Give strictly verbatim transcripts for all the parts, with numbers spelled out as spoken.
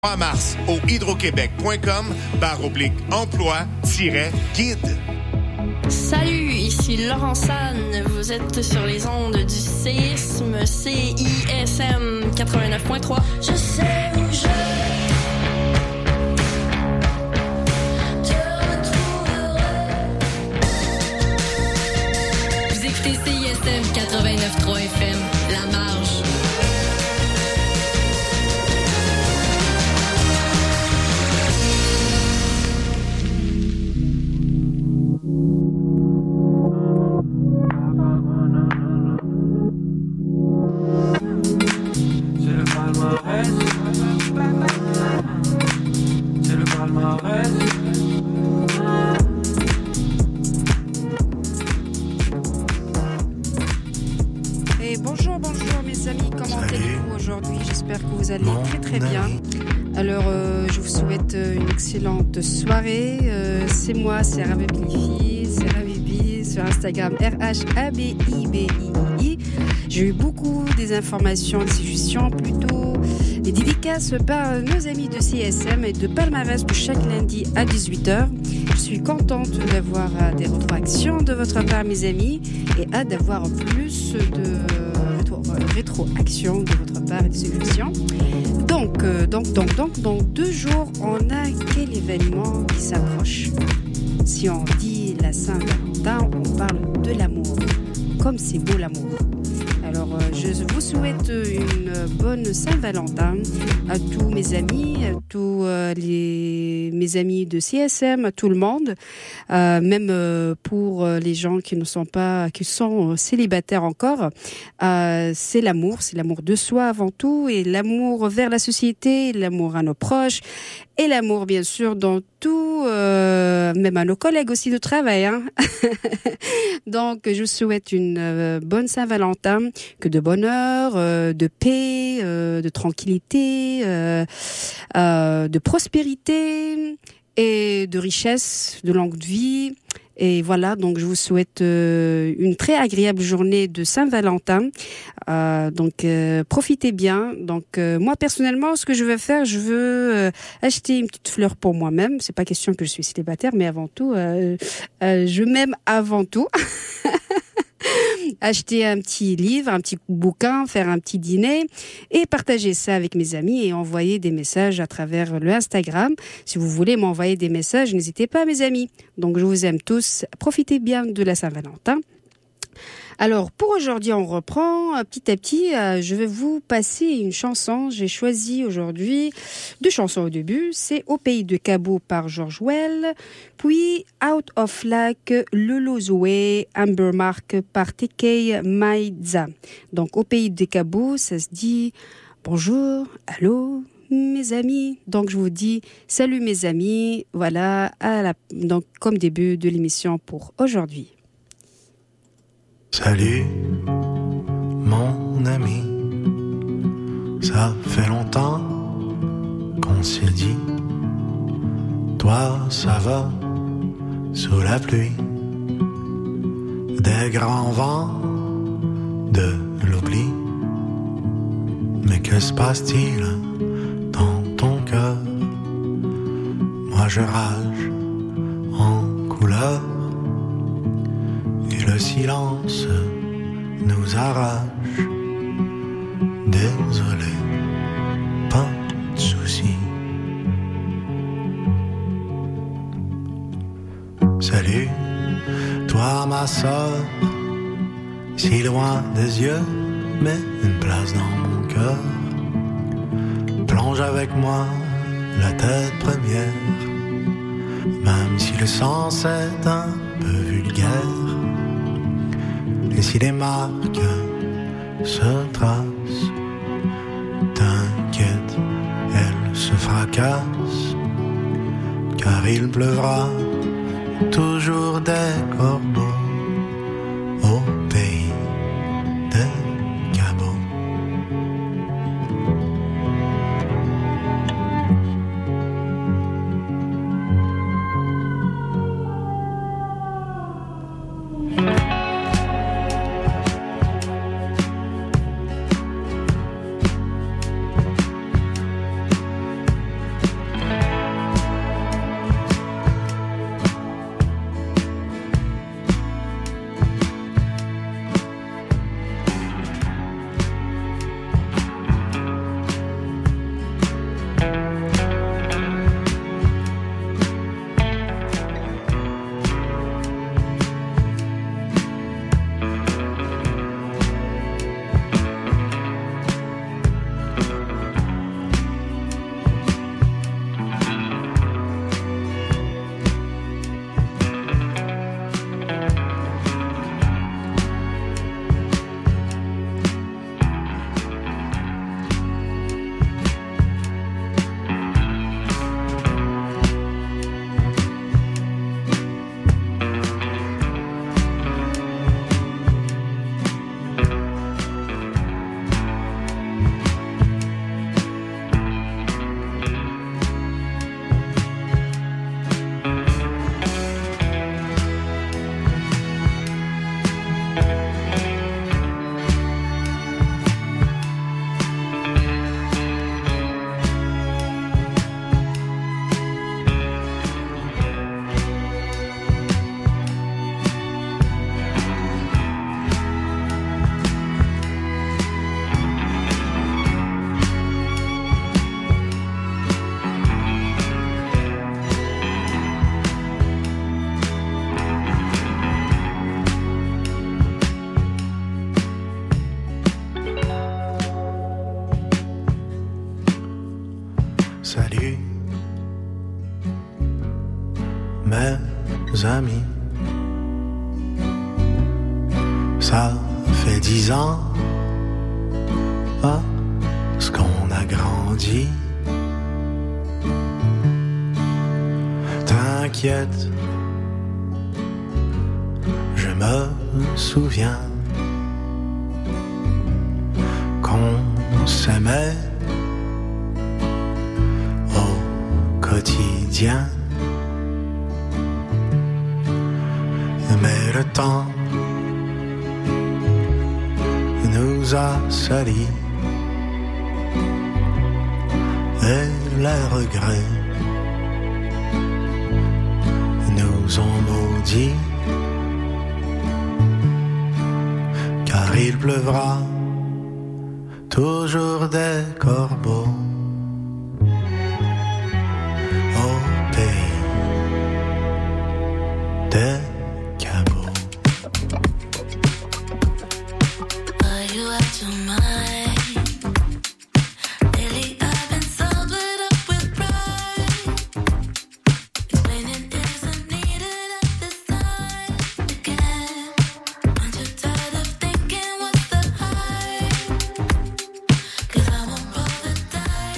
trois mars au hydroquebec.com barre oblique emploi tiret guide. Salut, ici Laurent San. Vous êtes sur les ondes du séisme C I S M quatre-vingt-neuf point trois. Je sais où je te retrouverai. Vous écoutez C I S M quatre-vingt-neuf point trois F M, La Marge. Excellente soirée. Euh, c'est moi, c'est Ravi Blifi, c'est Ravi B sur Instagram R H A B I B I I. J'ai eu beaucoup des informations, des suggestions, plutôt des dédicaces par nos amis de C S M et de Palmarès de chaque lundi à dix-huit heures. Je suis contente d'avoir des rétroactions de votre part, mes amis, et hâte d'avoir plus de rétro, rétroactions de votre part et des suggestions. Donc, euh, donc, donc, donc, dans deux jours, on a quel événement qui s'approche? Si on dit la Saint-Valentin, on parle de l'amour. Comme c'est beau l'amour. Alors, euh, je vous souhaite une bonne Saint-Valentin à tous mes amis, à tous euh, les, mes amis de C S M, à tout le monde, euh, même euh, pour les gens qui ne sont pas, qui sont célibataires encore. Euh, c'est l'amour, c'est l'amour de soi avant tout, et l'amour vers la société, l'amour à nos proches, et l'amour bien sûr dans tout, euh, même à nos collègues aussi de travail. Hein. Donc, je vous souhaite une euh, bonne Saint-Valentin, que de bonheur, euh, de paix, euh, de tranquillité, euh, euh, de prospérité et de richesse, de longue vie. Et voilà, donc je vous souhaite euh, une très agréable journée de Saint-Valentin. Euh, donc euh, profitez bien. Donc euh, moi personnellement, ce que je veux faire, je veux euh, acheter une petite fleur pour moi-même. C'est pas question que je suis célibataire, mais avant tout, euh, euh, je m'aime avant tout. Acheter un petit livre, un petit bouquin, faire un petit dîner et partager ça avec mes amis et envoyer des messages à travers le Instagram. Si vous voulez m'envoyer des messages, n'hésitez pas, mes amis. Donc, je vous aime tous. Profitez bien de la Saint-Valentin. Alors, pour aujourd'hui, on reprend petit à petit. Euh, je vais vous passer une chanson. J'ai choisi aujourd'hui deux chansons au début. C'est Au pays de Cabo par George Well, puis Out of Lack, Lolo Zoé, Amber Mark par T K Maïza. Donc, Au pays de Cabo, ça se dit bonjour, allô, mes amis. Donc, je vous dis salut mes amis. Voilà, à la, donc, comme début de l'émission pour aujourd'hui. Salut, mon ami, ça fait longtemps qu'on s'est dit. Toi, ça va, sous la pluie, des grands vents, de l'oubli. Mais que se passe-t-il dans ton cœur? Moi, je rage en couleur. Et le silence nous arrache. Désolé, pas de soucis. Salut, toi ma sœur, si loin des yeux, mais une place dans mon cœur. Plonge avec moi la tête première, même si le sens est un peu vulgaire. Et si les marques se tracent, t'inquiète, elles se fracassent, car il pleuvra toujours des corbeaux au pays des Cabots. Salut, mes amis. Ça fait dix ans, ah, ce qu'on a grandi. T'inquiète, je me souviens qu'on s'aimait au quotidien. Mais le temps nous a salis et les regrets nous ont maudits, car il pleuvra toujours des corbeaux au pays des cabots. Are you out your mind? Lately I've been sobered up with pride. Explaining isn't needed at this time again. Aren't you tired of thinking what's the hype? 'Cause I won't roll the dice.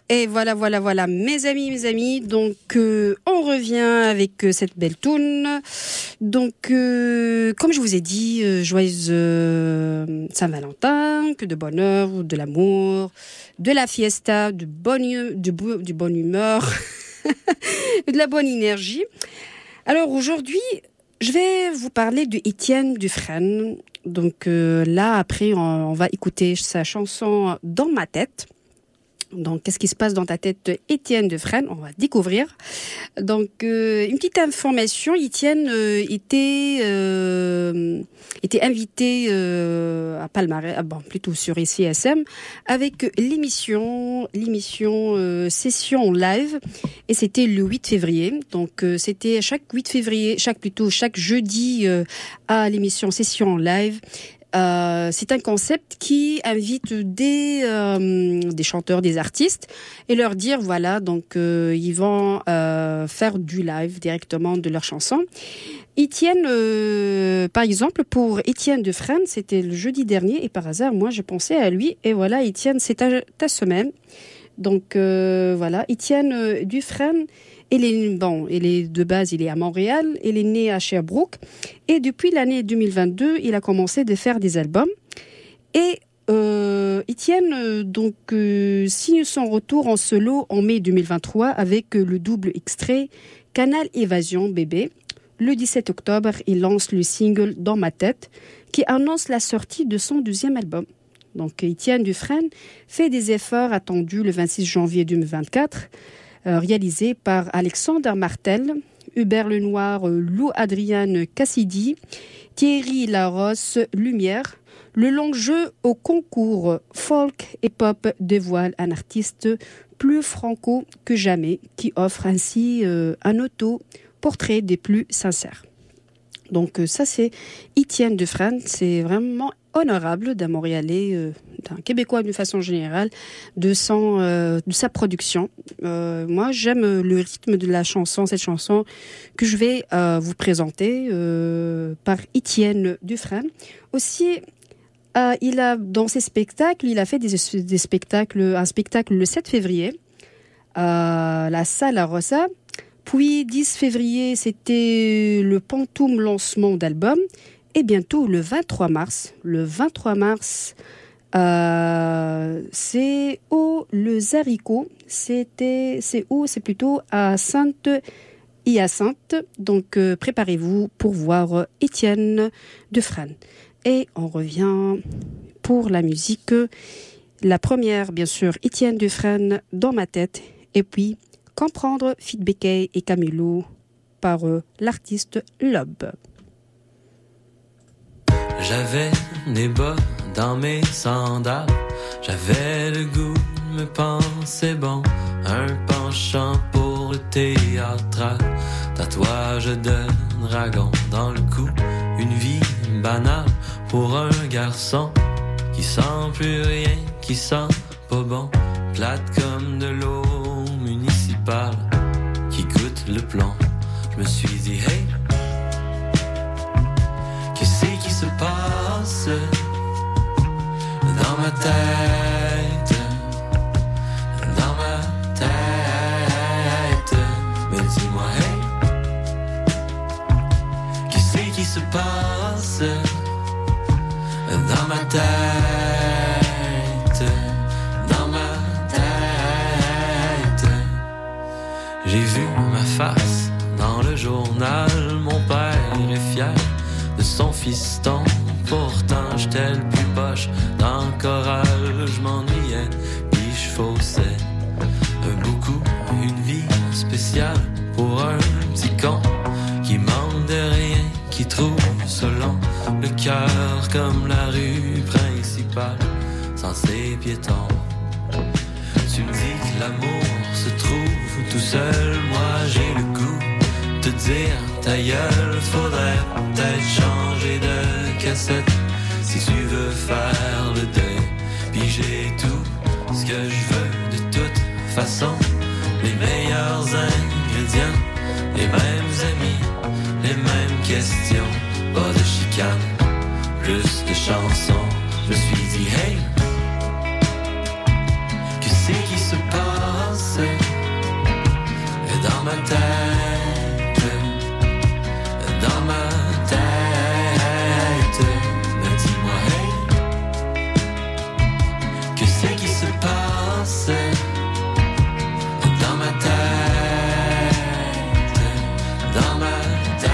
Et voilà, voilà, voilà, mes amis, mes amis. Donc, euh, on revient avec euh, cette belle tune. Donc, euh, comme je vous ai dit, euh, joyeuse euh, Saint-Valentin, que de bonheur, de l'amour, de la fiesta, de bonne, de, de bonne humeur, de la bonne énergie. Alors, aujourd'hui, je vais vous parler de Étienne Dufresne. Donc euh, là, après, on, on va écouter sa chanson « Dans ma tête ». Donc, qu'est-ce qui se passe dans ta tête, Étienne Dufresne? On va découvrir. Donc, euh, une petite information. Étienne euh, était euh, était invité euh, à Palmarès, ah bon, plutôt sur I C S M, avec l'émission l'émission euh, Session Live, et c'était le huit février. Donc, euh, c'était chaque huit février, chaque plutôt chaque jeudi euh, à l'émission Session Live. Euh, c'est un concept qui invite des euh, des chanteurs, des artistes, et leur dire voilà, donc euh, ils vont euh, faire du live directement de leurs chansons. Étienne, euh, par exemple, pour Étienne Dufresne, c'était le jeudi dernier, et par hasard, moi, j'ai pensé à lui, et voilà, Étienne, c'est ta, ta semaine. Donc euh, voilà, Étienne euh, Dufresne. Il est, bon, il est de base, il est à Montréal, il est né à Sherbrooke, et depuis l'année deux mille vingt-deux, il a commencé de faire des albums. Et euh, Étienne euh, donc euh, signe son retour en solo en mai deux mille vingt-trois avec euh, le double extrait Canal Évasion Bébé. Le dix-sept octobre, il lance le single Dans ma tête, qui annonce la sortie de son deuxième album. Donc Étienne Dufresne fait des efforts attendus le vingt-six janvier deux mille vingt-quatre. Euh, réalisé par Alexandre Martel, Hubert Lenoir, euh, Lou Adriane Cassidy, Thierry Larosse Lumière. Le long jeu au concours folk et pop dévoile un artiste plus franco que jamais, qui offre ainsi euh, un auto-portrait des plus sincères. Donc euh, ça, c'est Étienne Dufresne. C'est vraiment honorable d'un Montréalais, euh, d'un Québécois d'une façon générale, de, son, euh, de sa production. Euh, moi, j'aime le rythme de la chanson, cette chanson que je vais euh, vous présenter euh, par Étienne Dufresne. Aussi, euh, il a, dans ses spectacles, il a fait des, des spectacles, un spectacle le sept février à la Salle Rosa. Puis, dix février, c'était le Pantoum lancement d'album. Et bientôt, le vingt-trois mars, le vingt-trois mars, euh, c'est au Le Zarico. C'était, c'est où? C'est plutôt à Sainte-Hyacinthe. Donc, euh, préparez-vous pour voir Étienne Dufresne. Et on revient pour la musique. La première, bien sûr, Étienne Dufresne, Dans ma tête. Et puis, Comprendre, Fit Bekay et Camilo par euh, l'artiste Lob. J'avais des bas dans mes sandales, j'avais le goût de me penser bon, un penchant pour le théâtral, tatouage de dragon dans le cou, une vie banale pour un garçon qui sent plus rien, qui sent pas bon, plate comme de l'eau municipale qui goûte le plomb. Je me suis dit hey, qu'est-ce qui se passe dans ma tête, dans ma tête, mais dis-moi hey, qu'est-ce qui se passe dans ma tête, dans ma tête. J'ai vu ma face dans le journal, mon père est fier de son fiston. Pourtant j'étais le plus poche dans le choral, je m'ennuyais puis je faussais beaucoup, une vie spéciale pour un petit con qui manque de rien, qui trouve ça long, le cœur comme la rue principale sans ses piétons. Tu me dis que l'amour se trouve tout seul, moi j'ai le goût de te dire ta gueule, faudrait peut-être changer de cassette si tu veux faire le deuil. Puis j'ai tout ce que je veux de toute façon, les meilleurs ingrédients, les mêmes amis, les mêmes questions, pas de chicane, plus de chansons. Je me suis dit hey, que c'est qui se passe dans ma tête, dans ma tête. Mais dis-moi, hey, que c'est qui se passe dans ma tête, dans ma tête.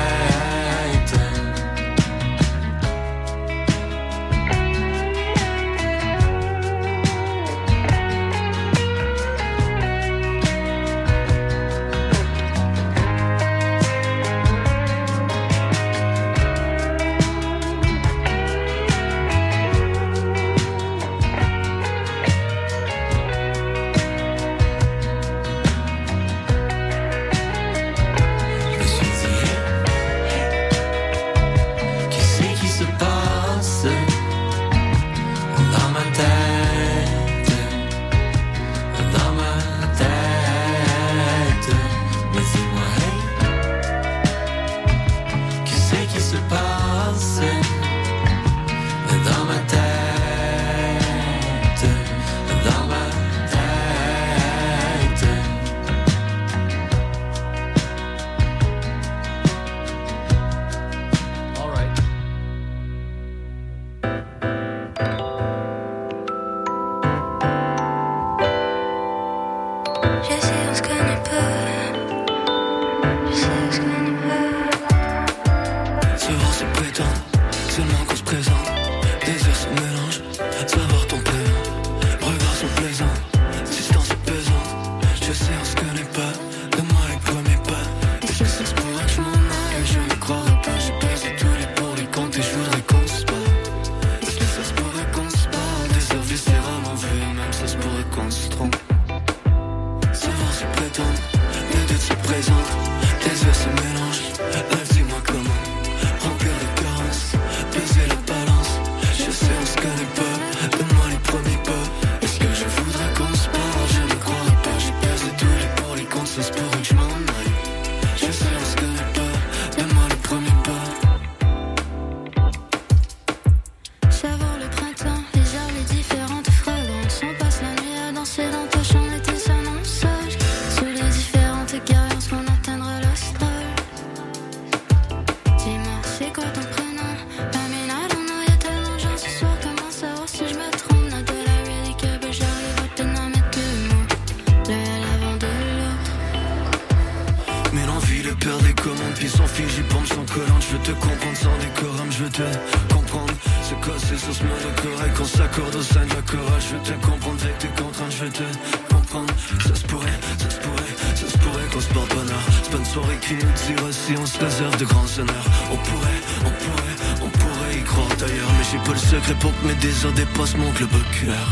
Pour que mes désirs dépassent mon globe oculaire.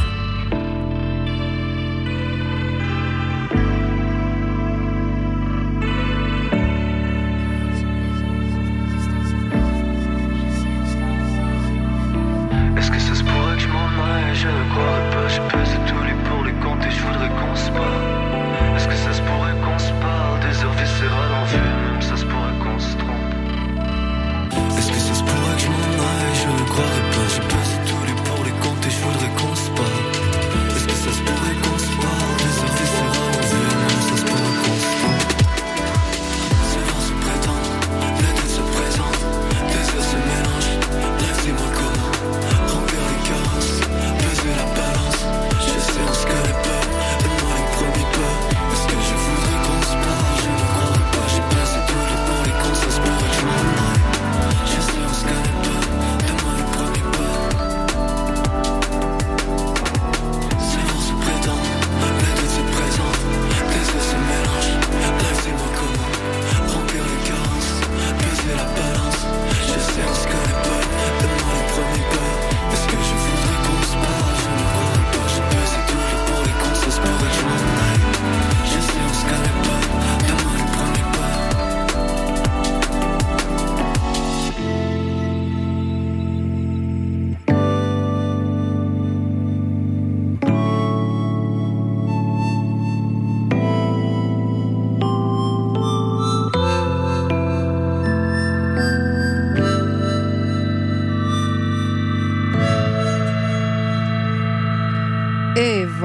Est-ce que ça se pourrait que je m'en aille? Je ne croirais pas, j'ai pesé tous les pour les compter, je voudrais qu'on se parle. Est-ce que ça se pourrait qu'on se parle? Des heures viscérales en vue, même ça se pourrait qu'on se trompe. Est-ce que ça se pourrait que je m'en aille? Je ne croirais pas, j'ai pesé tous les pour les compter, je voudrais qu'on se parle.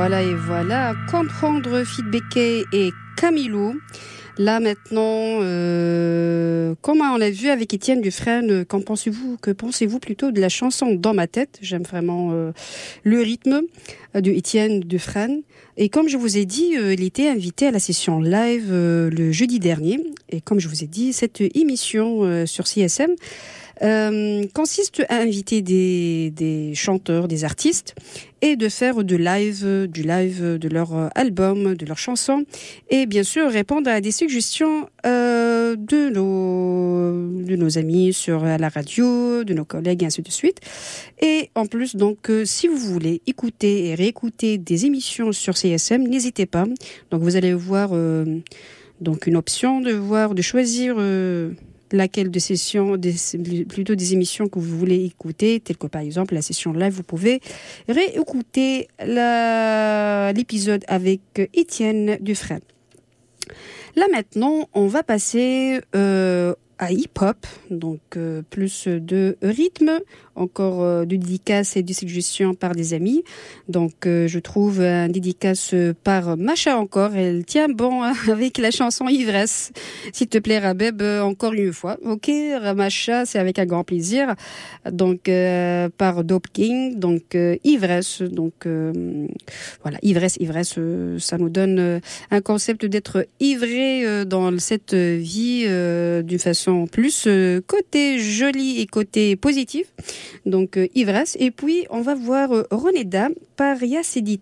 voilà, et voilà. Comprendre, feedbacker et Camilo. Là maintenant, euh, comme on l'a vu avec Étienne Dufresne, qu'en pensez-vous, que pensez-vous plutôt de la chanson Dans ma tête? J'aime vraiment euh, le rythme de Étienne Dufresne. Et comme je vous ai dit, euh, il était invité à la session live euh, le jeudi dernier. Et comme je vous ai dit, cette émission euh, sur C S M Euh, consiste à inviter des, des chanteurs, des artistes et de faire de live, du live de leur album, de leurs chansons et bien sûr répondre à des suggestions euh, de nos de nos amis sur à la radio, de nos collègues et ainsi de suite. Et en plus donc euh, si vous voulez écouter et réécouter des émissions sur C S M, n'hésitez pas. Donc vous allez voir euh, donc une option de voir de choisir euh, laquelle de sessions, des, plutôt des émissions que vous voulez écouter, telles que par exemple la session live, vous pouvez réécouter la, l'épisode avec Étienne Dufresne. Là maintenant, on va passer euh, à hip-hop, donc euh, plus de rythme, encore euh, de dédicaces et de suggestions par des amis. Donc euh, je trouve un dédicace par Macha encore, elle tient bon hein, avec la chanson Ivresse. S'il te plaît Rabeb, encore une fois. Ok, Macha, c'est avec un grand plaisir. Donc euh, par Dope King, donc euh, Ivresse, donc euh, voilà, Ivresse, Ivresse, euh, ça nous donne euh, un concept d'être ivré euh, dans cette vie euh, d'une façon plus euh, côté joli et côté positif. Donc euh, Ivresse. Et puis on va voir euh, Roneda par Yacetidan,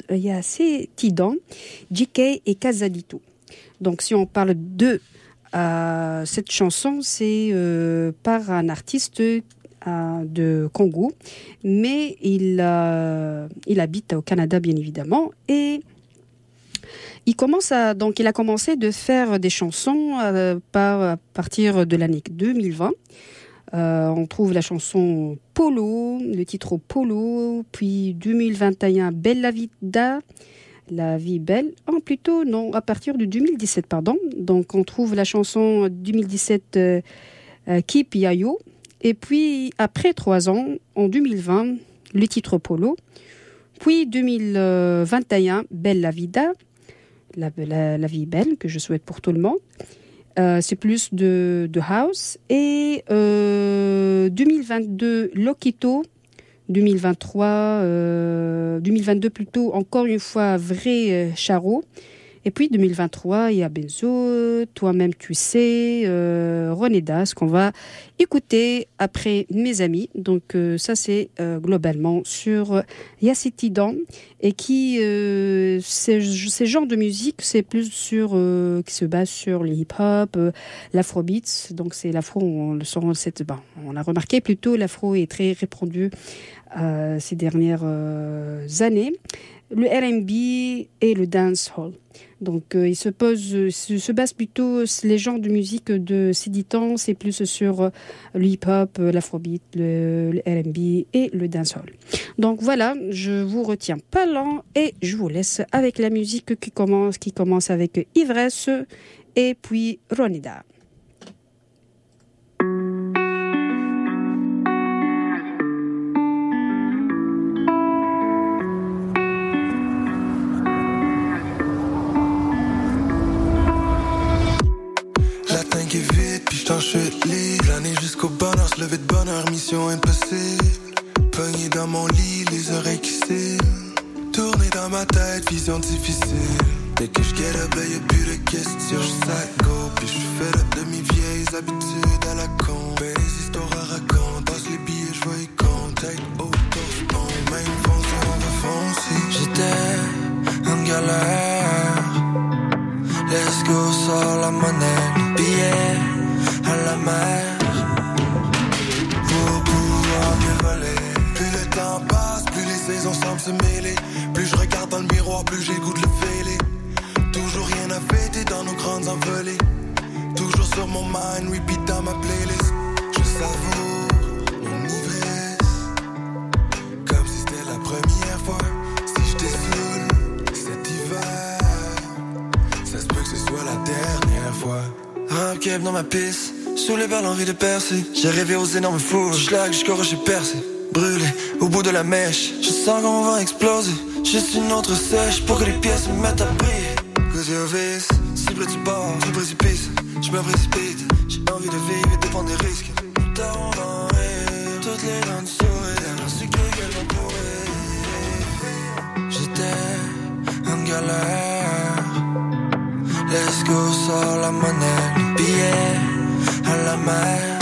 J K et Casadito. Donc si on parle de euh, cette chanson, c'est euh, par un artiste euh, de Congo, mais il, euh, il habite au Canada bien évidemment et Il commence à, donc il a commencé de faire des chansons euh, par, à partir de l'année deux mille vingt. Euh, on trouve la chanson Polo, le titre Polo, puis deux mille vingt et un Bella Vida, La vie belle. Oh, plutôt non, à partir de deux mille dix-sept, pardon. Donc on trouve la chanson deux mille dix-sept euh, euh, Keep Yayo. Et puis après trois ans, en deux mille vingt, le titre Polo. Puis deux mille vingt et un Bella Vida. La, la, la vie belle, que je souhaite pour tout le monde. Euh, c'est plus de, de house. Et euh, deux mille vingt-deux, Loquito. deux mille vingt-trois, euh, deux mille vingt-deux plutôt, encore une fois, vrai euh, Charo. Et puis deux mille vingt-trois, il y a Benzo, Toi-même tu sais, euh, Roneda, ce qu'on va écouter après Mes amis. Donc euh, ça c'est euh, globalement sur Yacetidan et qui euh, ces, ces genres de musique c'est plus sur euh, qui se base sur le hip-hop, euh, l'afrobeats. Donc c'est l'afro, on le sent cette, ben, on a remarqué plutôt l'afro est très répandu euh, ces dernières euh, années. Le R and B et le dancehall. Donc, euh, il se pose, euh, se, se base plutôt les genres de musique de ces dix ans, c'est plus sur euh, le hip-hop, euh, l'afrobeat, le, le R and B et le dancehall. Donc voilà, je vous retiens pas lent et je vous laisse avec la musique qui commence, qui commence avec Ivresse et puis Roneda. Qui est vite, puis j't'en chute libre. Planer jusqu'au bonheur, se lever de bonheur, mission impossible. Pogné dans mon lit, les oreilles qui stillent. Tourner dans ma tête, vision difficile. Dès que j'get up, là y'a plus de questions. J'sac go, puis j'suis fed up de mes vieilles habitudes à la con. Ben les histoires à raconter, passe les billets, j'vois y compte. Tête haute, on même foncé, on va foncer. J'étais en galère. Let's go, sors la monnaie, billet à la mer. Pour pouvoir mieux voler. Plus le temps passe, plus les saisons semblent se mêler. Plus je regarde dans le miroir, plus j'ai goût de le fêler. Toujours rien à fêter dans nos grandes envolées. Toujours sur mon mind, repeat dans ma playlist. Je savoure mon ivresse comme si c'était la première fois. Si je t'ai cet hiver, ça se peut que ce soit la dernière fois. Rap cap dans ma piste, saoulé par l'envie de percer. J'ai rêvé aux énormes fous, schlag jusqu'au rocher percé. Brûlé au bout de la mèche, je sens qu'on va exploser. Juste une autre sèche pour que les pièces me mettent à briller. Cause you're vis, si près du bord, du précipice. Je me précipite, j'ai envie de vivre et de prendre des risques. Tout en rire, toutes les dents de sourire. Ainsi que qu'elles vont pourrir. J'étais en galère. Let's go, sors la monnaie, le billet à la mer.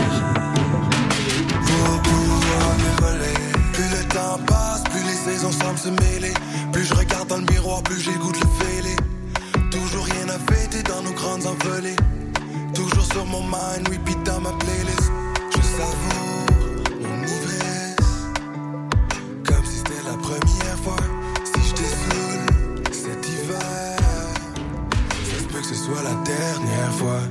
Pour pouvoir m'évoler. Plus le temps passe, plus les saisons semblent se mêler. Plus je regarde dans le miroir, plus j'écoute le fêlé. Toujours rien n'a fêté dans nos grandes envolées. Toujours sur mon mind, repeat dans ma playlist. Je savoure mon ivresse comme si c'était la première fois. Si je désoule cet hiver, ça se peut que ce soit la dernière fois.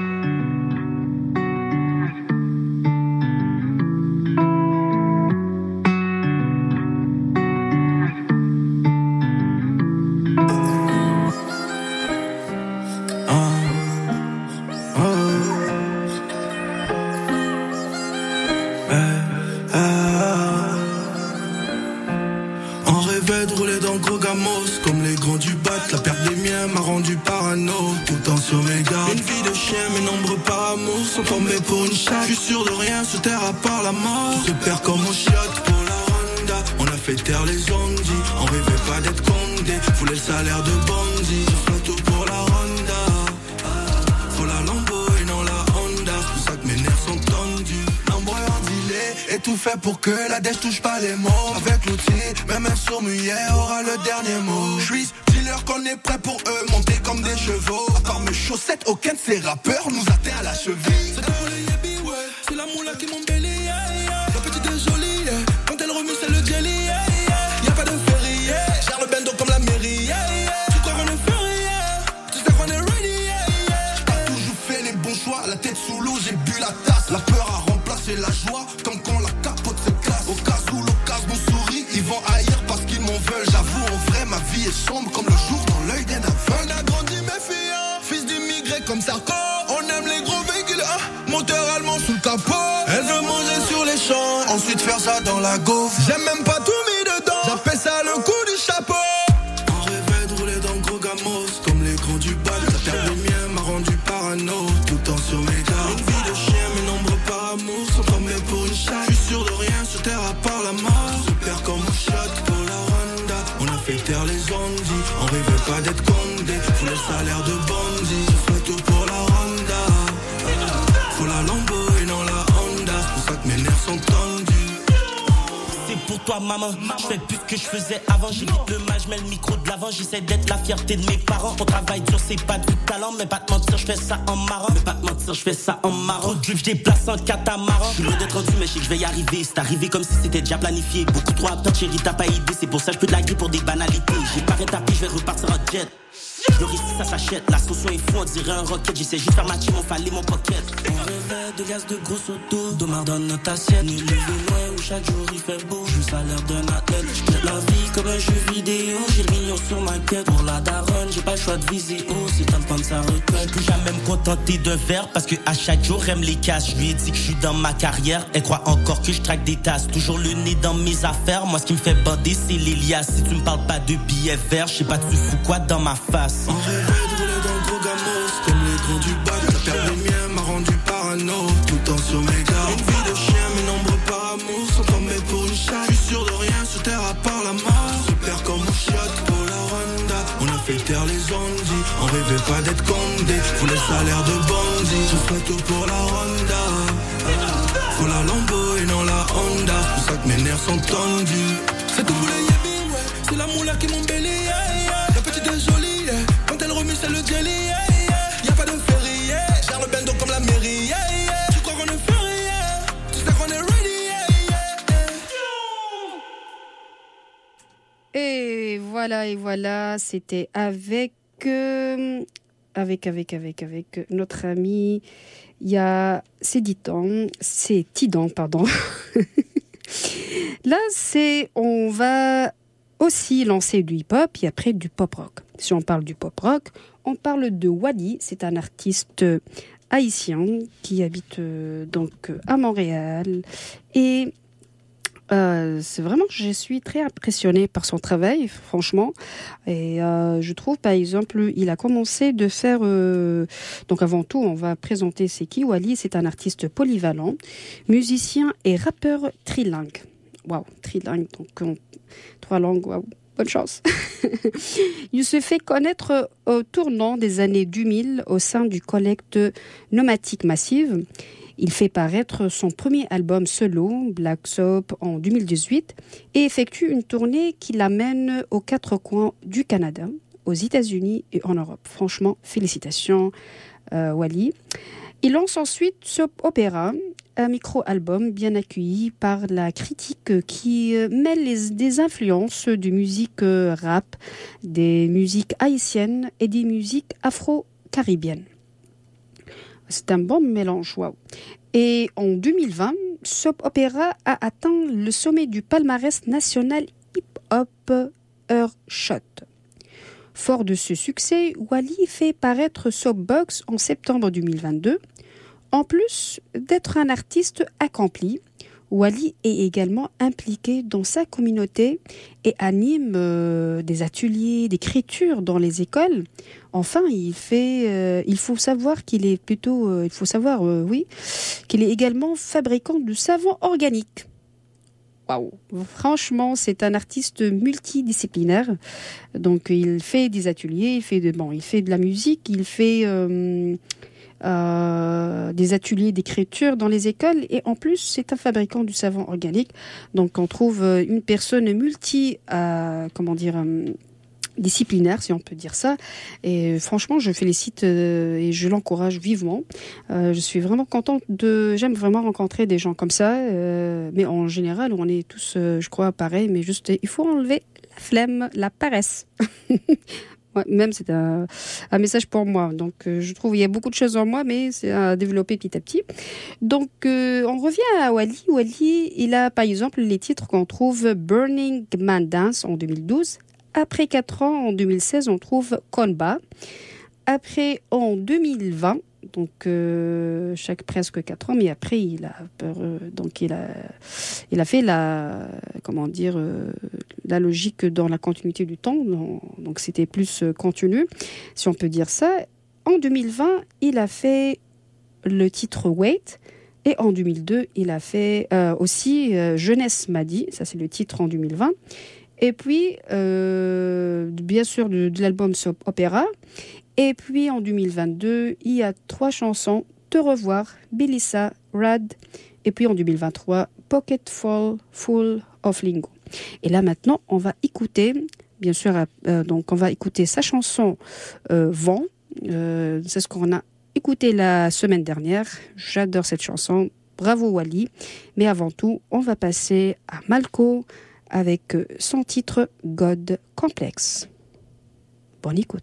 Comme les grands du bac, la perte des miens m'a rendu parano. Tout le temps sur mes gardes. Une vie de chien, mes nombreux par amour sont tombés pour une chatte. Je suis sûr de rien sur terre à part la mort. Tout se perd comme au chiottes pour la Honda. On a fait taire les ondis, on rêvait pas d'être condé. Voulait le salaire de bandit, je fais tout pour la Honda. Faut la Lambo et non la Honda. C'est pour ça que mes nerfs sont tendus. Nombreux endilés, et tout fait pour que la dèche touche pas les mots. Avec l'outil, même un sourd muet aura le dernier mot. J'suis dealer qu'on est prêt pour eux, monter comme des chevaux. À part mes chaussettes, aucun de ces rappeurs nous atteint à la cheville. C'est pour les yébis, ouais, c'est la moula qui m'embellit, yeah, yeah. La petite est jolie, yeah. Quand elle remue c'est le jelly, yeah, yeah. Y'a pas de ferry, yeah. Gère le bendo comme la mairie, yeah, yeah. Tu crois qu'on est ferry, yeah. Tu sais qu'on est ready, yeah, yeah. J'ai pas toujours fait les bons choix, la tête sous l'eau, j'ai bu la tasse. La peur a remplacé la joie, comme quand la capote se casse. Au cas où l'occasion sourit, ils vont haïr parce qu'ils m'en veulent. J'avoue, en vrai, ma vie est sombre comme le jour dans l'œil d'un aveugle. On a grandi méfiant, fils d'immigrés comme Sarko. On aime les gros véhicules, hein, moteur allemand sous le capot. Elle veut manger sur les champs, ensuite faire ça dans la gaufre. J'aime même pas tout mis dedans, j'appelle ça le coup du chapeau. On rêvait de rouler dans le gros gamos, comme les grands du bac. La perte des miens m'a rendu parano, tout le temps sur mes gardes. Une vie de chien, mes nombreux par amour sont tombés pour une chatte. Je suis sûr de rien sur terre à part la mort. Tout se perd comme au shot pour la Honda. On a fait taire les ondis, on rêvait pas d'être condé. Voulait le salaire de bandit, je fais tout pour la Honda. Faut la Lambo et non la Honda. C'est pour ça que mes nerfs sont tendus. C'est pour toi maman, je fais plus que je faisais avant. J'évite le mal, je mets le micro de l'avant. J'essaie d'être la fierté de mes parents. On travaille dur, c'est pas du talent. Mais pas te mentir, je fais ça en marrant. Mais pas te mentir, je fais ça en marrant. Trop de drift, je déplace en catamaran. Je suis loin d'être rendu, mais je sais que je vais y arriver. C'est arrivé comme si c'était déjà planifié. Beaucoup trop à chérie, t'as pas idée. C'est pour ça que je peux te la griller pour des banalités. J'ai pas rétabli, je vais repartir en jet. Le risque ça s'achète, la saution est fou, on dirait un rocket. J'essaie juste faire matcher mon fallait mon pocket. On rêvait de gaz de gros auto, Domar dans notre assiette. Ni levé loin où chaque jour il fait beau. Juste à l'air d'un athlète. J'traite la vie comme un jeu vidéo. J'ai le million sur ma quête. Pour la daronne, j'ai pas le choix de viser haut. C'est temps de prendre sa retraite. Plus jamais me contenter d'un verre parce que à chaque jour aime les casses. Je lui ai dit que je suis dans ma carrière. Elle croit encore que je traque des tasses. Toujours le nez dans mes affaires. Moi ce qui me fait bander c'est les liasses. Si tu me parles pas de billets verts, je sais pas tu fous quoi dans ma face. On rêvait de rouler dans le gros gamos, comme les grands du bac. La perte des miens m'a rendu parano, tout le temps sur mes gardes. Une vie de chien, mes nombreux par amour sont tombés pour une chatte. Je suis sûr de rien sur terre à part la mort. Je perds comme au chiotte pour la Honda. On a fait taire les ondis, on rêvait pas d'être condé. Voulait le salaire de bandit, je fais tout pour la Honda. Faut la Lambo et non la Honda. C'est pour ça que mes nerfs sont tendus. C'est tout pour les yébis, ouais. C'est la moula qui m'embellit, yeah, yeah. La petite est jolie, yeah. Quand elle remue c'est le jelly, yeah, yeah. Y'a pas de ferry, yeah. Gère le bendo comme la mairie, yeah, yeah. Tu crois qu'on est ferry, yeah. Tu sais qu'on est ready, yeah, yeah. Et voilà, et voilà, c'était avec, euh, avec, avec, avec, avec notre ami, il y a c'est Tidan, c'est Tidan, pardon. Là, c'est, on va aussi lancer du hip-hop et après du pop-rock. Si on parle du pop-rock, on parle de Wally. C'est un artiste haïtien qui habite euh, donc à Montréal. Et Euh, c'est vraiment que je suis très impressionnée par son travail, franchement. Et euh, je trouve, par exemple, il a commencé de faire... Euh, donc avant tout, on va présenter c'est qui. Wally, c'est un artiste polyvalent, musicien et rappeur trilingue. Waouh, trilingue, donc on, trois langues, waouh, bonne chance. Il se fait connaître au tournant des années deux mille au sein du collecte Nomatic Massive. Il fait paraître son premier album solo, Black Soap, en deux mille dix-huit et effectue une tournée qui l'amène aux quatre coins du Canada, aux États-Unis et en Europe. Franchement, félicitations, euh, Wally. Il lance ensuite Soap Opera, un micro-album bien accueilli par la critique qui mêle les, des influences de musique rap, des musiques haïtiennes et des musiques afro-caribéennes. C'est un bon mélange, waouh. Et en deux mille vingt, Soap Opera a atteint le sommet du palmarès national hip-hop Earthshot. Fort de ce succès, Wally fait paraître Soapbox en septembre deux mille vingt-deux. En plus d'être un artiste accompli, Wally est également impliqué dans sa communauté et anime euh, des ateliers d'écriture dans les écoles. Enfin, il fait, euh, il faut savoir qu'il est plutôt, euh, il faut savoir, euh, oui, qu'il est également fabricant de savon organique. Waouh! Franchement, c'est un artiste multidisciplinaire. Donc, il fait des ateliers, il fait de, bon, il fait de la musique, il fait euh, euh, des ateliers d'écriture dans les écoles et en plus, c'est un fabricant du savon organique. Donc, on trouve une personne multi, euh, comment dire. Euh, disciplinaire, si on peut dire ça. Et franchement, je félicite euh, et je l'encourage vivement. Euh, je suis vraiment contente de... J'aime vraiment rencontrer des gens comme ça. Euh, mais en général, on est tous, euh, je crois, pareils. Mais juste, il faut enlever la flemme, la paresse. Ouais, même, c'est un, un message pour moi. Donc, euh, je trouve qu'il y a beaucoup de choses en moi, mais c'est à développer petit à petit. Donc, euh, on revient à Wally. Wally, il a, par exemple, les titres qu'on trouve Burning Man Dance en deux mille douze. Après quatre ans, en deux mille seize, on trouve Konba. Après, en deux mille vingt, donc euh, chaque presque quatre ans, mais après, il a euh, donc il a, il a fait la, comment dire, euh, la logique dans la continuité du temps. Donc, donc c'était plus euh, continu, si on peut dire ça. En deux mille vingt, il a fait le titre Wait. Et en deux mille deux, il a fait euh, aussi euh, Jeunesse m'a dit. Ça, c'est le titre en deux mille vingt. Et puis, euh, bien sûr, de, de l'album Soap Opera. Et puis, en deux mille vingt-deux, il y a trois chansons. Te revoir, Belissa, Rad. Et puis, en deux mille vingt-trois, Pocket Full, Full of Lingo. Et là, maintenant, on va écouter, bien sûr, euh, donc on va écouter sa chanson euh, Vent. Euh, c'est ce qu'on a écouté la semaine dernière. J'adore cette chanson. Bravo, Wally. Mais avant tout, on va passer à Malco avec son titre God Complex. Bonne écoute.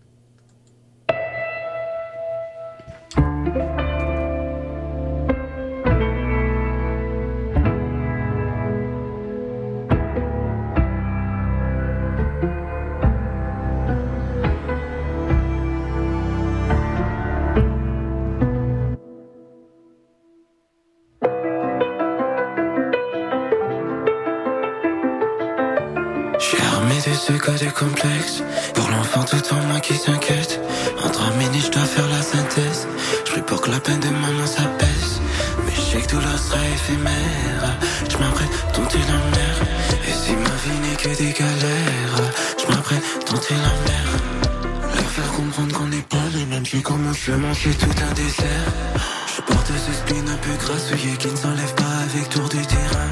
Ce côté complexe pour l'enfant tout en moi qui s'inquiète. En trois minutes je dois faire la synthèse. Je prie pour que la peine de maman s'apaise. Mais je sais que tout là sera éphémère. Je m'apprête tenter la mer. Et si ma vie n'est que des galères, je m'apprête tenter la mer. Leur faire comprendre qu'on n'est pas les mêmes. J'ai comme un chemin, c'est tout un désert. Je porte ce spleen un peu grassouillé qui ne s'enlève pas avec tour du terrain.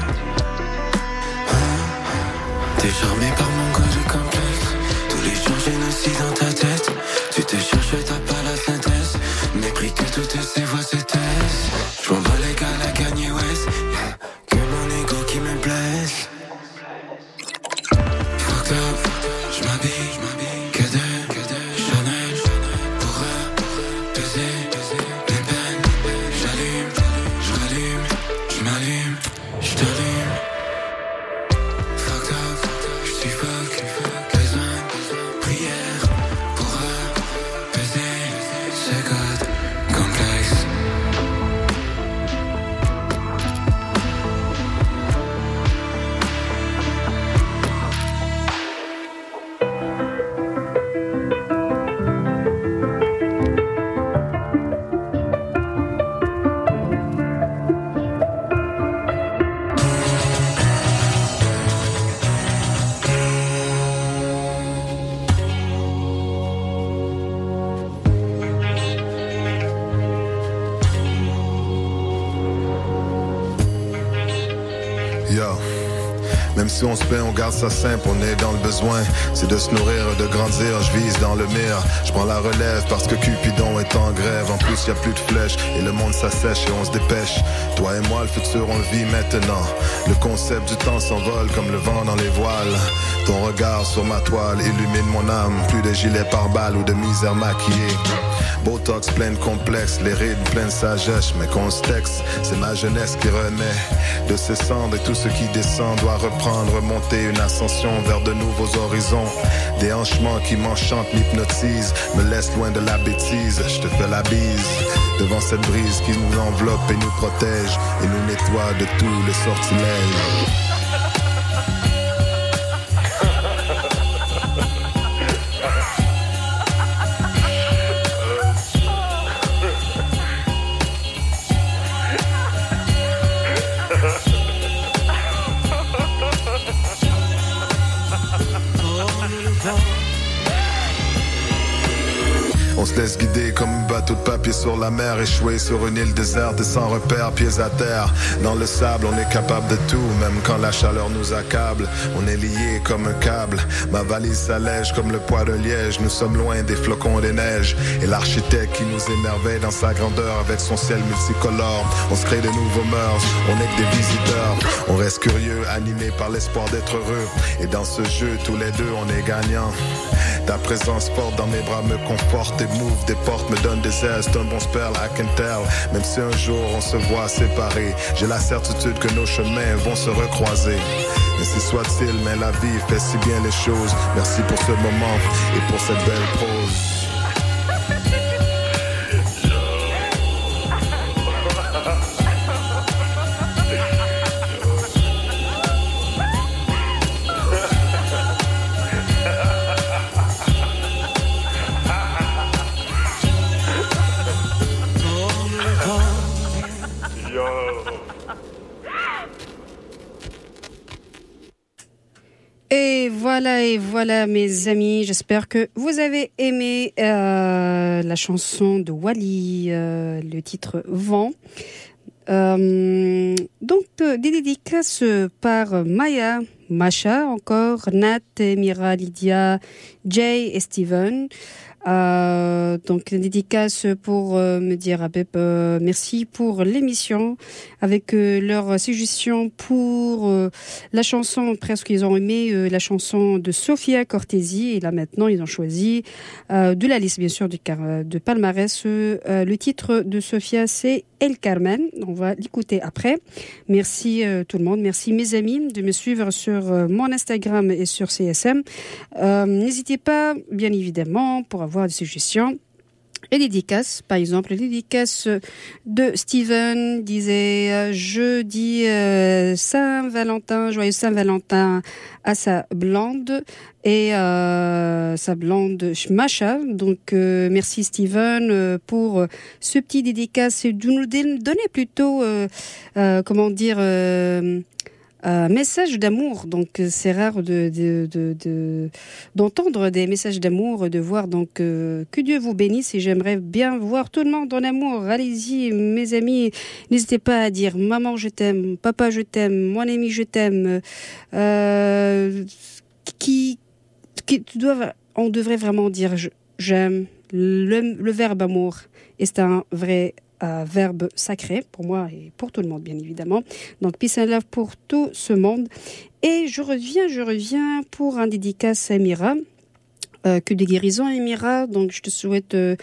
T'es charmé par mon code complexe. Tous les jours génocide dans ta tête. Tu te cherches, t'as pas la synthèse. Mépris que toutes ces voix se taisent. J'm'en bats les gars, la Kanye West. Que mon ego qui me blesse. Fucked up, j'm'habille, que de Chanel. Pour apaiser mes peines. J'allume, j'rallume, j'm'allume, j't'allume. si on se plaint, on garde ça simple, on est dans le besoin. C'est de se nourrir, de grandir, je vise dans le mire. Je prends la relève parce que Cupidon est en grève. En plus, y a plus de flèches et le monde s'assèche et on se dépêche. Toi et moi, le futur, on le vit maintenant. Le concept du temps s'envole comme le vent dans les voiles. Ton regard sur ma toile illumine mon âme. Plus de gilets pare-balles ou de misère maquillée. Botox plein de complexes, les rides pleines de sagesse. Mais qu'on se texte, c'est ma jeunesse qui renaît de ses cendres. Et tout ce qui descend doit reprendre, remonter une ascension vers de nouveaux horizons. Des hanchements qui m'enchantent, m'hypnotisent, me laissent loin de la bêtise. Je te fais la bise devant cette brise qui nous enveloppe et nous protège et nous nettoie de tout le sortilège. On se laisse guider comme un bateau de papier sur la mer, échoué sur une île déserte et sans repère, pieds à terre. Dans le sable, on est capable de tout, même quand la chaleur nous accable. On est liés comme un câble, ma valise s'allège comme le poids d'un liège. Nous sommes loin des flocons des neiges et l'architecte qui nous émerveille dans sa grandeur avec son ciel multicolore. On se crée de nouveaux mœurs, on est que des visiteurs. On reste curieux, animé par l'espoir d'être heureux. Et dans ce jeu, tous les deux, on est gagnants. Ta présence forte dans mes bras me conforte et m'ouvre des portes, me donne des ailes, c'est un bon spell, I can tell. Même si un jour on se voit séparés, j'ai la certitude que nos chemins vont se recroiser. Ainsi soit-il, mais la vie fait si bien les choses. Merci pour ce moment et pour cette belle prose. Et voilà, et voilà mes amis, j'espère que vous avez aimé euh, la chanson de Wally, euh, le titre Vent. Euh, donc euh, des dédicaces par Maya, Masha encore, Nat, Mira, Lydia, Jay et Steven. Euh, donc une dédicace pour euh, me dire à Beb euh, merci pour l'émission avec euh, leurs suggestions pour euh, la chanson, presque ils ont aimé euh, la chanson de Sofia Cortesi et là maintenant ils ont choisi euh, de la liste bien sûr du car- de palmarès euh, le titre de Sofia c'est El Carmen, on va l'écouter après. Merci euh, tout le monde, merci mes amis de me suivre sur euh, mon Instagram et sur C S M. Euh, n'hésitez pas bien évidemment pour avoir des suggestions. Les dédicaces, par exemple, les dédicaces de Steven disait euh, je dis euh, Saint-Valentin, joyeux Saint-Valentin à sa blonde et euh, sa blonde Masha. Donc euh, merci Steven euh, pour ce petit dédicace et de nous donner plutôt euh, euh, comment dire euh, un message d'amour. Donc c'est rare de, de, de, de d'entendre des messages d'amour, de voir donc euh, que Dieu vous bénisse et j'aimerais bien voir tout le monde en amour. Allez-y mes amis, n'hésitez pas à dire maman je t'aime, papa je t'aime, mon ami je t'aime. Euh, qui, qui doivent, on devrait vraiment dire je, j'aime le, le verbe amour et c'est un vrai Euh, verbe sacré pour moi et pour tout le monde bien évidemment. Donc peace and love pour tout ce monde et je reviens je reviens pour un dédicace à Mira. Euh, que des guérisons Emira, donc je te souhaite euh,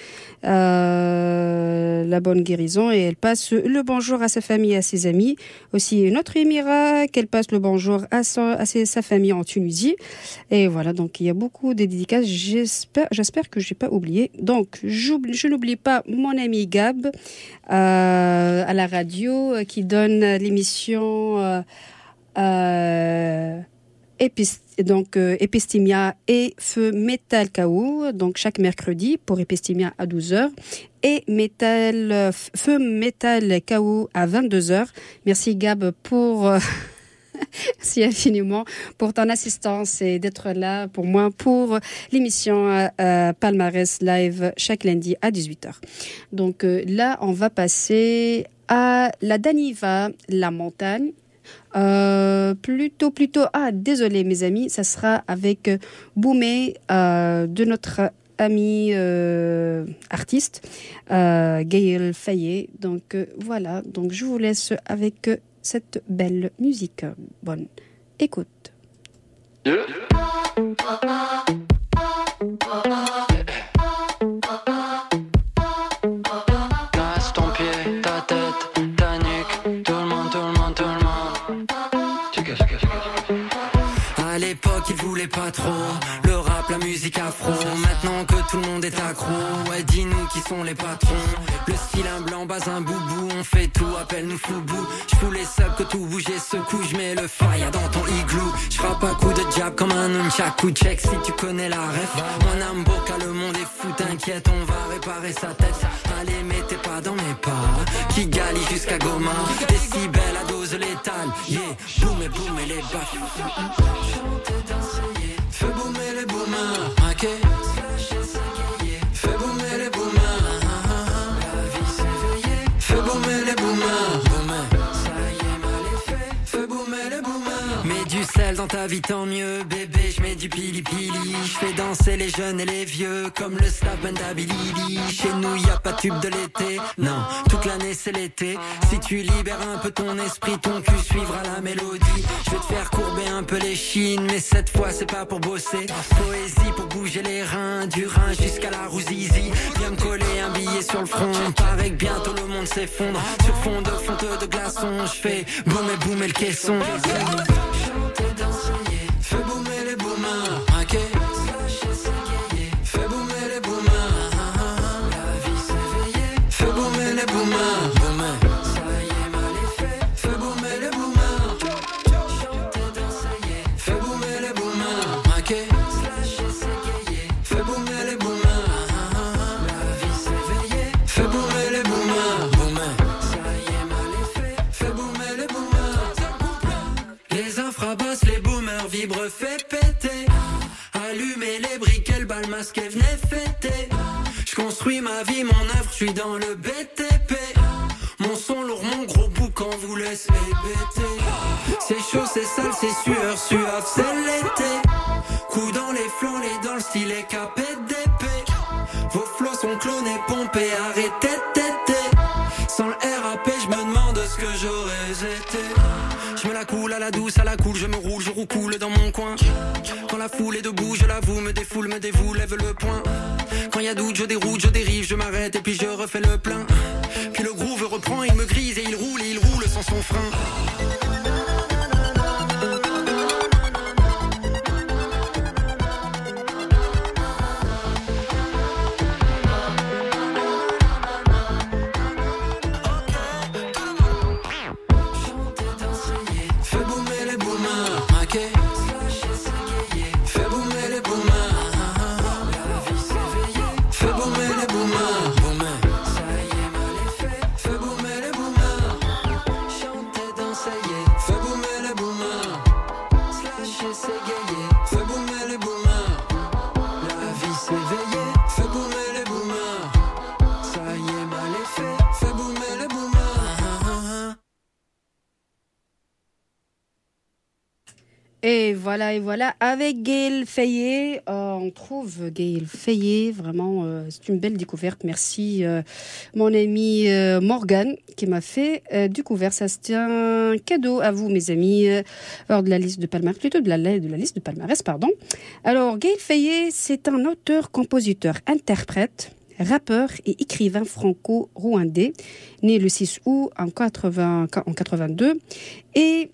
euh, la bonne guérison et elle passe le bonjour à sa famille et à ses amis. Aussi une autre Emira, qu'elle passe le bonjour à, son, à ses, sa famille en Tunisie. Et voilà, donc il y a beaucoup de dédicaces, j'espère, j'espère que j'ai pas oublié. Donc je n'oublie pas mon ami Gab euh, à la radio euh, qui donne l'émission euh, euh, Épist- donc euh, Epistemia et Feu Metal K O, donc chaque mercredi pour Epistemia à douze heures et Metal, euh, Feu Metal K O à vingt-deux heures. Merci Gab pour euh, merci infiniment pour ton assistance et d'être là pour moi pour l'émission euh, Palmarès Live chaque lundi à dix-huit heures. Donc euh, là on va passer à la Daniva, la montagne. Euh, plutôt, plutôt. Ah, désolé, mes amis, ça sera avec Boumé euh, de notre ami euh, artiste, euh, Gaël Fayet. Donc euh, voilà, donc je vous laisse avec cette belle musique. Bonne écoute. Yeah. Casse ton pied, ta tête, ta nuque, tout le monde, tout le monde, tout le monde. Check it, check it, check it. À l'époque, ils voulaient pas trop le rap, la musique afro. Maintenant que tout le monde est accro, ouais, dis-nous qui sont les patrons. Le style un blanc, bas un boubou, on fait tout, appelle-nous Foubou. J'fous les subs que tout bouge et secoue, j'mets le fire dans ton igloo. J'frappe un coup de jab comme un nunchaku, check si tu connais la ref. Mon âme boca, le monde est fou, t'inquiète, on va réparer sa tête. Allez, mettez pas dans mes pas, qui galie jusqu'à Goma. Décibel à dose létale, yeah, boum et boum et les bacs. Chanter, danser, yeah. Fais boomer les boomers, ok. Fais boomer les boomers, la vie s'éveiller. Fais boomer les boomers, boomer, ça y est mal est fait. Fais boomer les boomers. Mets du sel dans ta vie tant mieux, bébé, j'mets du pili pili. J'fais danser les jeunes et les vieux comme le staff Bendabilili. Chez nous y a pas de tube de l'été, non, toute l'année c'est l'été. Si tu libères un peu ton esprit, ton cul suivra la mélodie. Je vais te faire courber un peu les chines, mais cette fois c'est pas pour bosser. Poésie pour bouger les reins, du Rhin jusqu'à la Rouzizi. Viens me coller un billet sur le front, paraît que bientôt le monde s'effondre. Sur fond de fonte de glaçons, je fais boum et boum et le caisson. Chanter, danser, fais boomer les boomers, ok. Fais boomer les boomers, la vie s'éveiller. Fais boomer les boomers, boomer, ça y est mal est fait. Fais boomer les boomers, chanter, danser, fais boomer les boomers, ok. Fais boomer les boomers, la vie s'éveiller. Fais boomer les boomers, boomer, ça y est mal est fait. Fais boomer les boomers. Les infrabasses, les boomers vibrent, fait péter. Allumer les briquets, le bal masqué, venez fêter. J'construis ma vie, mon œuvre, j'suis dans le B T P. Mon son lourd, mon gros boucan vous laisse hébéter. C'est chaud, c'est sale, c'est sueur, suave, c'est l'été. Coup dans les flancs, les dans le style K P D P. Vos flots sont clonés, pompés, arrêtez de téter. Sans le R A P, j'me demande ce que j'aurais été. J'me la coule à la douce, à la cool, je me roule, je roucoule dans mon coin. Quand la foule est debout, je l'avoue, me défoule, me dévoue, lève le poing. Quand y a doute, je déroute, je dérive, je m'arrête et puis je refais le plein. Puis le groove reprend, il me grise et il roule et il roule sans son frein. Et voilà, et voilà, avec Gaël Fayet, euh, on trouve Gaël Fayet, vraiment, euh, c'est une belle découverte. Merci, euh, mon ami euh, Morgane, qui m'a fait euh, découvrir. Ça, c'est un cadeau à vous, mes amis, euh, hors de la liste de palmarès, plutôt de la, de la liste de palmarès, pardon. Alors, Gaël Fayet, c'est un auteur, compositeur, interprète, rappeur et écrivain franco-rwandais, né le six août en, quatre-vingts, en quatre-vingt-deux, et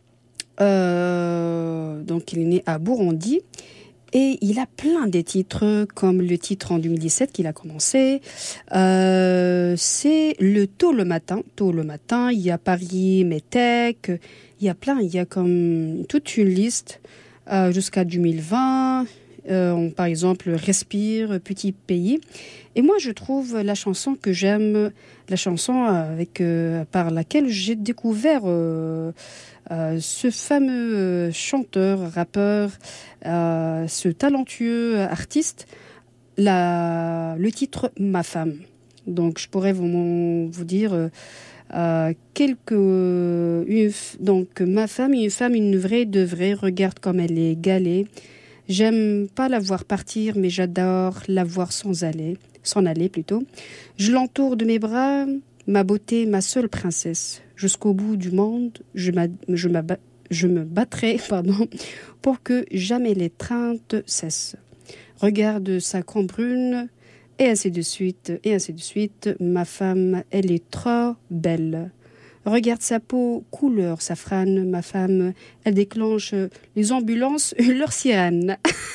Euh, donc il est né à Burundi et il a plein de titres comme le titre en deux mille dix-sept qu'il a commencé, euh, c'est le Tôt le matin, Tôt le matin, il y a Paris Métèque, il y a plein, il y a comme toute une liste euh, jusqu'à deux mille vingt, euh, on, par exemple Respire, Petit pays. Et moi je trouve la chanson que j'aime, la chanson avec euh, par laquelle j'ai découvert euh, Euh, ce fameux euh, chanteur, rappeur, euh, ce talentueux artiste, la, le titre « Ma femme ». Donc je pourrais vous, vous dire euh, Euh, quelques, une, donc ma femme, une femme, une vraie de vraie, regarde comme elle est galée. J'aime pas la voir partir, mais j'adore la voir s'en aller, s'en aller plutôt. Je l'entoure de mes bras, ma beauté, ma seule princesse. Jusqu'au bout du monde, je, m'a, je, m'aba, je me battrai pardon, pour que jamais l'étreinte cesse. Regarde sa camp brune, et ainsi de suite, et ainsi de suite. Ma femme, elle est trop belle. Regarde sa peau, couleur safrane. Ma femme, elle déclenche les ambulances, leur sirène.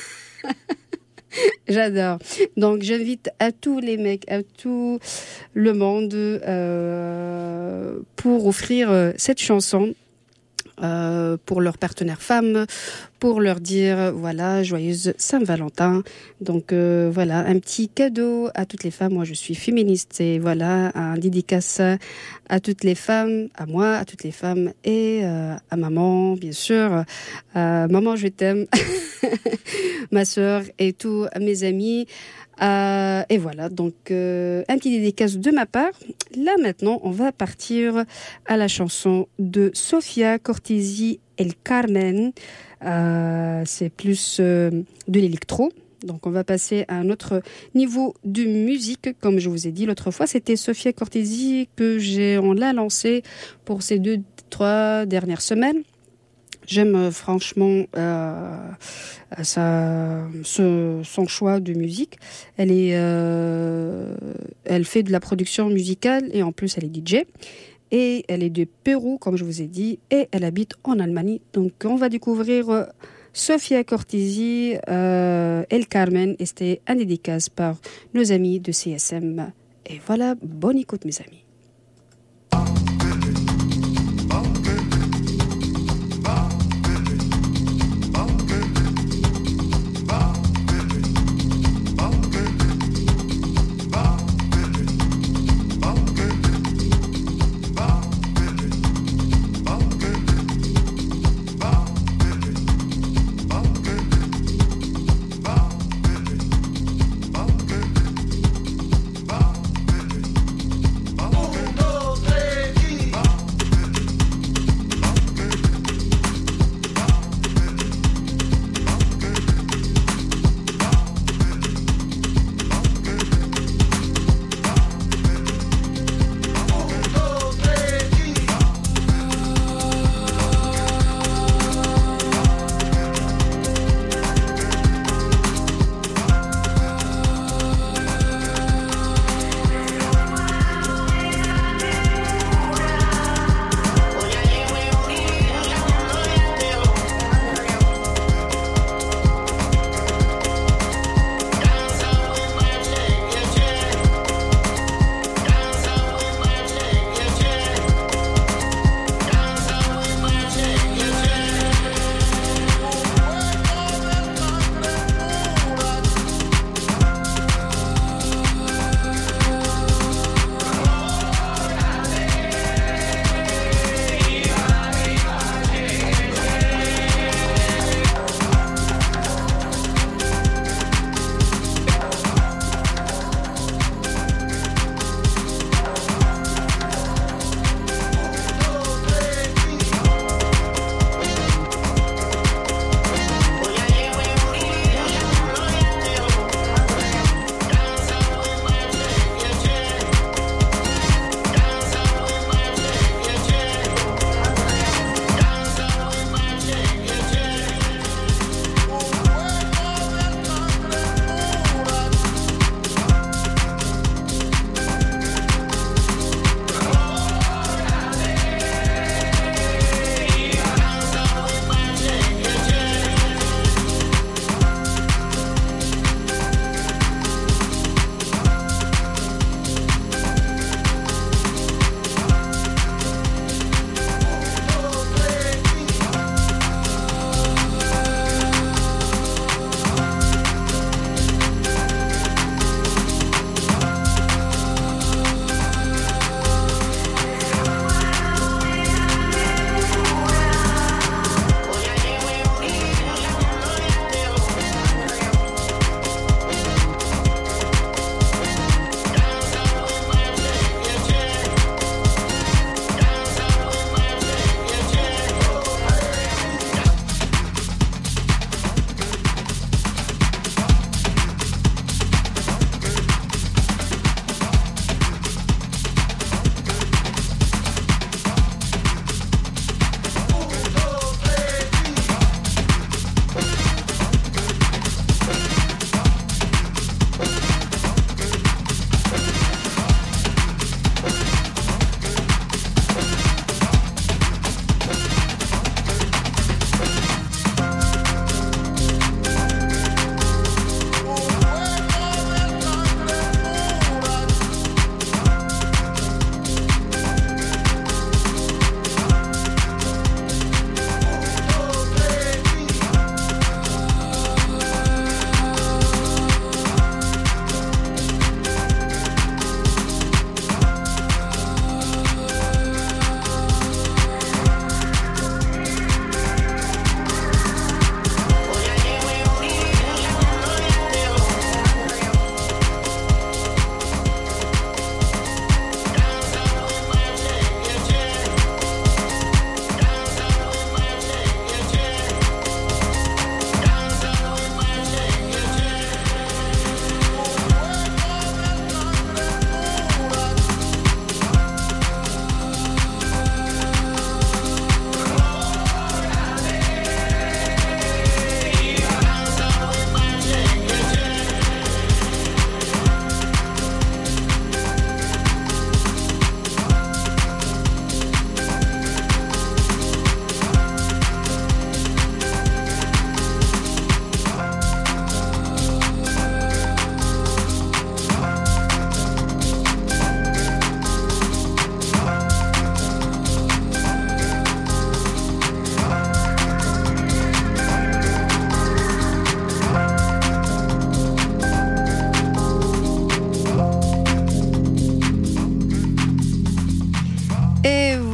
J'adore. Donc, j'invite à tous les mecs, à tout le monde euh, pour offrir euh, cette chanson euh, pour leurs partenaires femmes, pour leur dire, voilà, joyeuse Saint-Valentin. Donc, euh, voilà, un petit cadeau à toutes les femmes. Moi, je suis féministe et voilà, un dédicace à toutes les femmes, à moi, à toutes les femmes et euh, à maman, bien sûr. Euh, maman, je t'aime. Ma sœur et tous mes amis. Euh, et voilà, donc euh, un petit dédicace de ma part. Là maintenant, on va partir à la chanson de Sofia Cortesi, El Carmen. Euh, c'est plus euh, de l'électro. Donc on va passer à un autre niveau de musique. Comme je vous ai dit l'autre fois, c'était Sofia Cortesi que j'ai, on l'a lancé pour ces deux, trois dernières semaines. J'aime euh, franchement euh, sa, ce, son choix de musique. Elle est, euh, elle fait de la production musicale et en plus elle est D J. Et elle est de Pérou, comme je vous ai dit, et elle habite en Allemagne. Donc on va découvrir euh, Sofia Cortesi, euh, El Carmen, et c'était un dédicace par nos amis de C S M. Et voilà, bonne écoute mes amis. Oh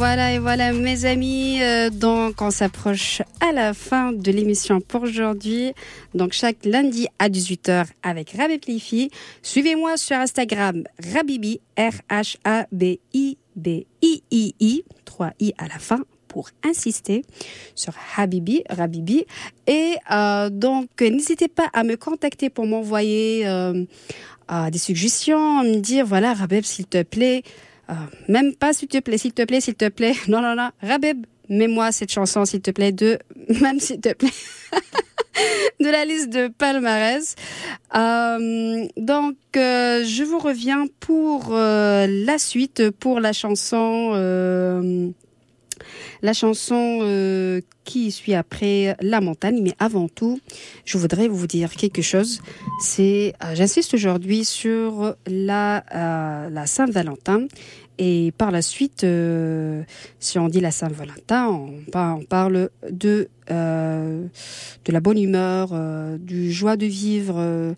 voilà, et voilà, mes amis. Euh, donc, on s'approche à la fin de l'émission pour aujourd'hui. Donc, chaque lundi à dix-huit heures avec Rabib Lifi. Suivez-moi sur Instagram, Rabibi, R H A B I B I I I, trois I à la fin, pour insister sur Habibi, Rabibi. Et euh, donc, n'hésitez pas à me contacter pour m'envoyer euh, euh, des suggestions, me dire, voilà, Rabib, s'il te plaît, euh, même pas s'il te plaît, s'il te plaît, s'il te plaît, non, non, non, Rabib, mets-moi cette chanson, s'il te plaît, de, même s'il te plaît, de la liste de palmarès. Euh, donc, euh, je vous reviens pour euh, la suite, pour la chanson... Euh, La chanson euh, qui suit après La Montagne, mais avant tout, je voudrais vous dire quelque chose. C'est, euh, j'insiste aujourd'hui sur la euh, la Saint-Valentin, et par la suite, euh, si on dit la Saint-Valentin, on, on parle de euh, de la bonne humeur, euh, du joie de vivre. Euh,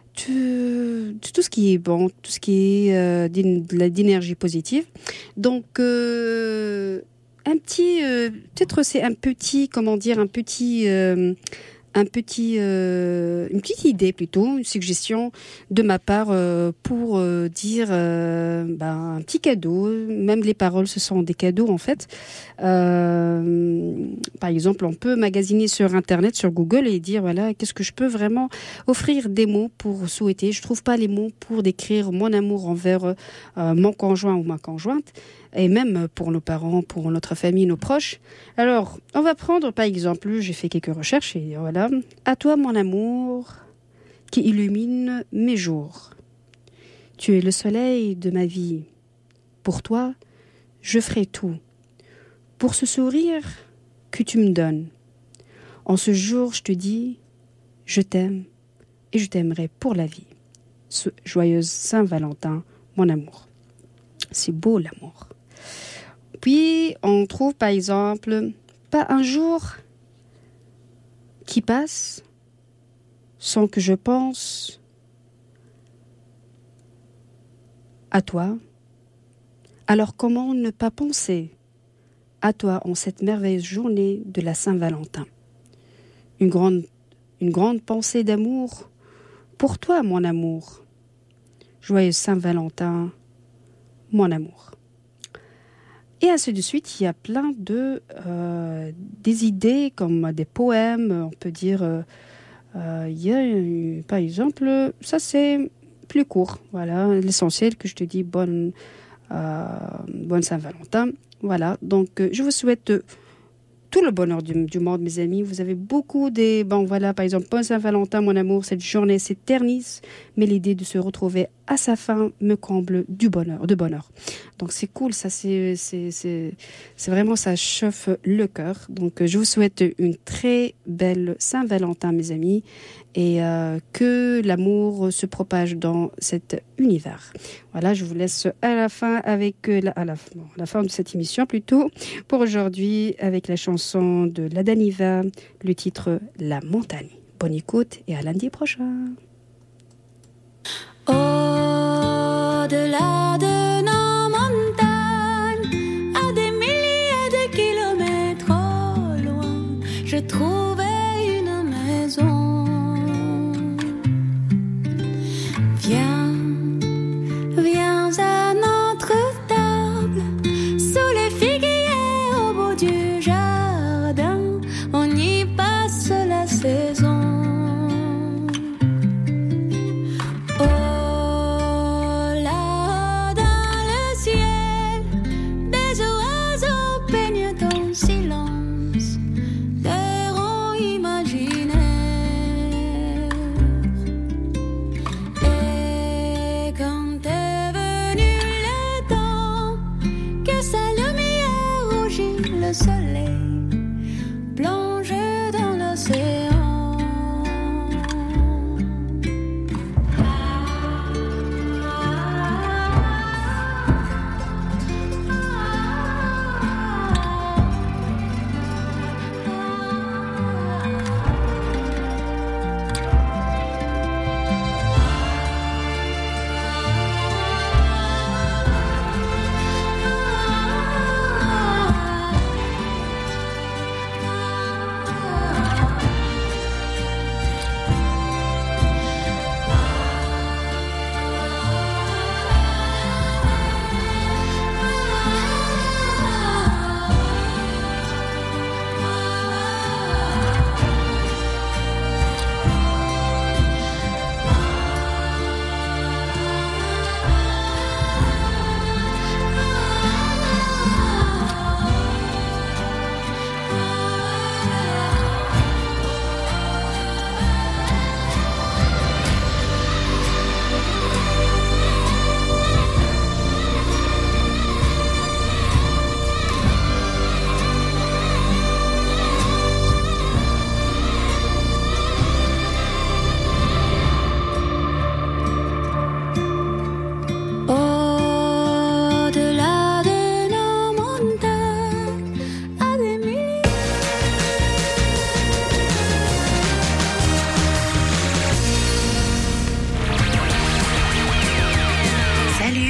De, de tout ce qui est bon, tout ce qui est euh, d'énergie positive. Donc, euh, un petit, euh, peut-être c'est un petit, comment dire, un petit, euh, un petit, euh, une petite idée plutôt, une suggestion de ma part euh, pour euh, dire euh, ben, un petit cadeau. Même les paroles, ce sont des cadeaux en fait. Euh, par exemple, on peut magasiner sur Internet, sur Google et dire voilà, qu'est-ce que je peux vraiment offrir des mots pour souhaiter. Je trouve pas les mots pour décrire mon amour envers euh, mon conjoint ou ma conjointe. Et même pour nos parents, pour notre famille, nos proches. Alors, on va prendre par exemple, j'ai fait quelques recherches et voilà. À toi mon amour, qui illumine mes jours. Tu es le soleil de ma vie. Pour toi, je ferai tout. Pour ce sourire que tu me donnes. En ce jour, je te dis, je t'aime et je t'aimerai pour la vie. Ce joyeuse Saint-Valentin, mon amour. C'est beau l'amour. Puis, on trouve par exemple, pas un jour qui passe sans que je pense à toi. Alors comment ne pas penser à toi en cette merveilleuse journée de la Saint-Valentin? Une grande, une grande pensée d'amour pour toi, mon amour. Joyeux Saint-Valentin, mon amour. Et ainsi de suite, il y a plein de euh, des idées comme des poèmes, on peut dire. Euh, euh, il y a, euh, par exemple, ça c'est plus court. Voilà, l'essentiel que je te dis, bonne, euh, bonne Saint-Valentin. Voilà, donc euh, je vous souhaite euh, tout le bonheur du, du monde, mes amis. Vous avez beaucoup des... Bon, voilà, par exemple, bonne Saint-Valentin, mon amour. Cette journée s'éternise, mais l'idée de se retrouver à sa fin me comble du bonheur, de bonheur. Donc, c'est cool, ça, c'est, c'est, c'est, c'est vraiment, ça chauffe le cœur. Donc, je vous souhaite une très belle Saint-Valentin, mes amis, et euh, que l'amour se propage dans cet univers. Voilà, je vous laisse à la fin avec la, à la, bon, la fin de cette émission plutôt pour aujourd'hui avec la chanson de La Daniva, le titre La Montagne. Bonne écoute et à lundi prochain. Au-delà